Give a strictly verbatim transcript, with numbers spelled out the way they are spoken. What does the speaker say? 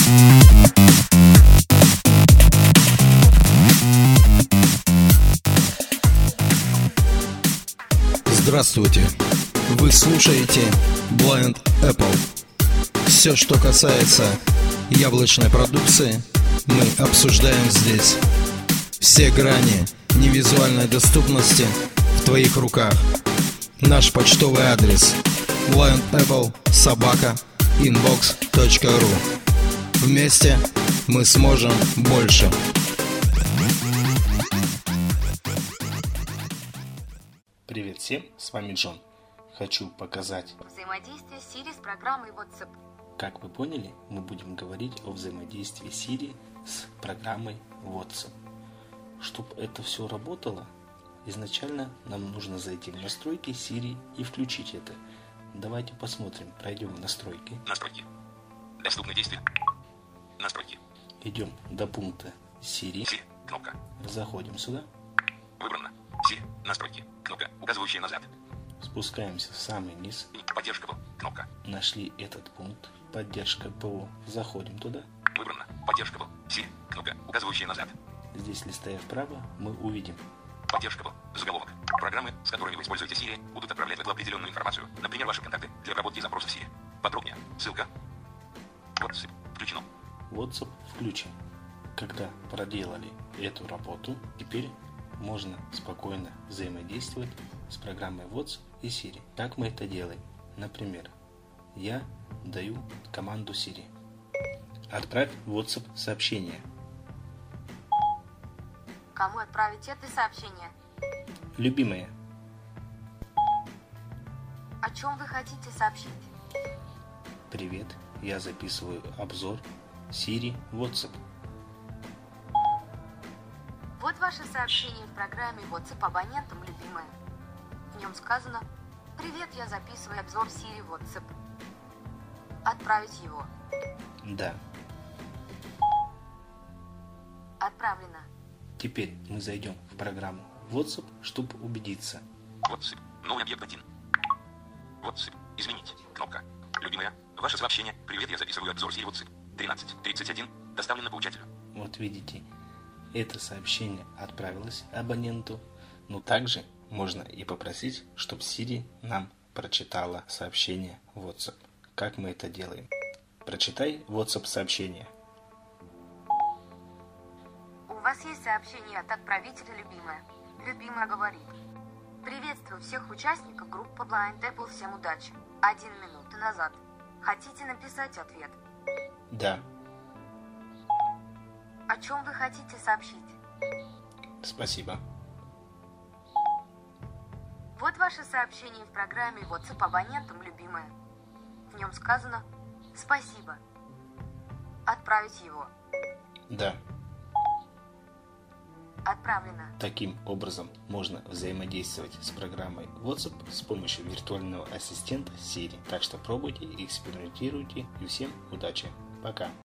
Здравствуйте! Вы слушаете Blind Apple. Все, что касается яблочной продукции, мы обсуждаем здесь. Все грани невизуальной доступности в твоих руках. Наш почтовый адрес blindapple собака inbox точка ру. Вместе мы сможем больше. Привет всем, с вами Джон. Хочу показать взаимодействие Siri с программой WhatsApp. Как вы поняли, мы будем говорить о взаимодействии Siri с программой WhatsApp. Чтобы это все работало, изначально нам нужно зайти в настройки Siri и включить это. Давайте посмотрим, пройдем в настройки. Настройки. Доступны действия. Настройки. Идем до пункта Siri. Siri. Кнопка. Заходим сюда. Выбрано. Siri. Настройки. Кнопка, указывающая назад. Спускаемся в самый низ. Поддержка ПО. Кнопка. Нашли этот пункт. Поддержка ПО. Заходим туда. Выбрано. Поддержка ПО. Siri. Кнопка, указывающая назад. Здесь, листая вправо, мы увидим Поддержка ПО. Заголовок. Программы, с которыми вы используете Siri, будут отправлять в эту определенную информацию. Например, ваши контакты для обработки запросов Siri. Подробнее. Ссылка. WhatsApp. Включено. WhatsApp включен. Когда проделали эту работу, теперь можно спокойно взаимодействовать с программой WhatsApp и Siri. Как мы это делаем? Например, я даю команду Siri. Отправь WhatsApp сообщение. Кому отправить это сообщение? Любимая, О чем вы хотите сообщить? привет, я записываю обзор Siri WhatsApp. Вот ваше сообщение в программе WhatsApp абонентам любимая. В нем сказано: «Привет, я записываю обзор Siri WhatsApp». Отправить его. Да. Отправлено. Теперь мы зайдем в программу WhatsApp, чтобы убедиться. WhatsApp. Новый объект один. WhatsApp. Изменить. Кнопка. Любимая. Ваше сообщение. Привет, я записываю обзор Siri WhatsApp. тринадцать тридцать один. Доставлено получателю. Вот видите, это сообщение отправилось абоненту, но также можно и попросить, чтобы Siri нам прочитала сообщение WhatsApp. Как мы это делаем? Прочитай WhatsApp сообщение. У вас есть сообщение от отправителя любимая. Любимая говорит: «Приветствую всех участников группы Blind Apple, всем удачи. Один минуты назад. Хотите написать ответ? Да. О чем вы хотите сообщить? Спасибо. Вот ваше сообщение в программе WhatsApp абонентам любимая. В нем сказано: «Спасибо». Отправить его. Да. Отправлено. Таким образом можно взаимодействовать с программой WhatsApp с помощью виртуального ассистента Siri. Так что пробуйте, экспериментируйте и всем удачи. Пока.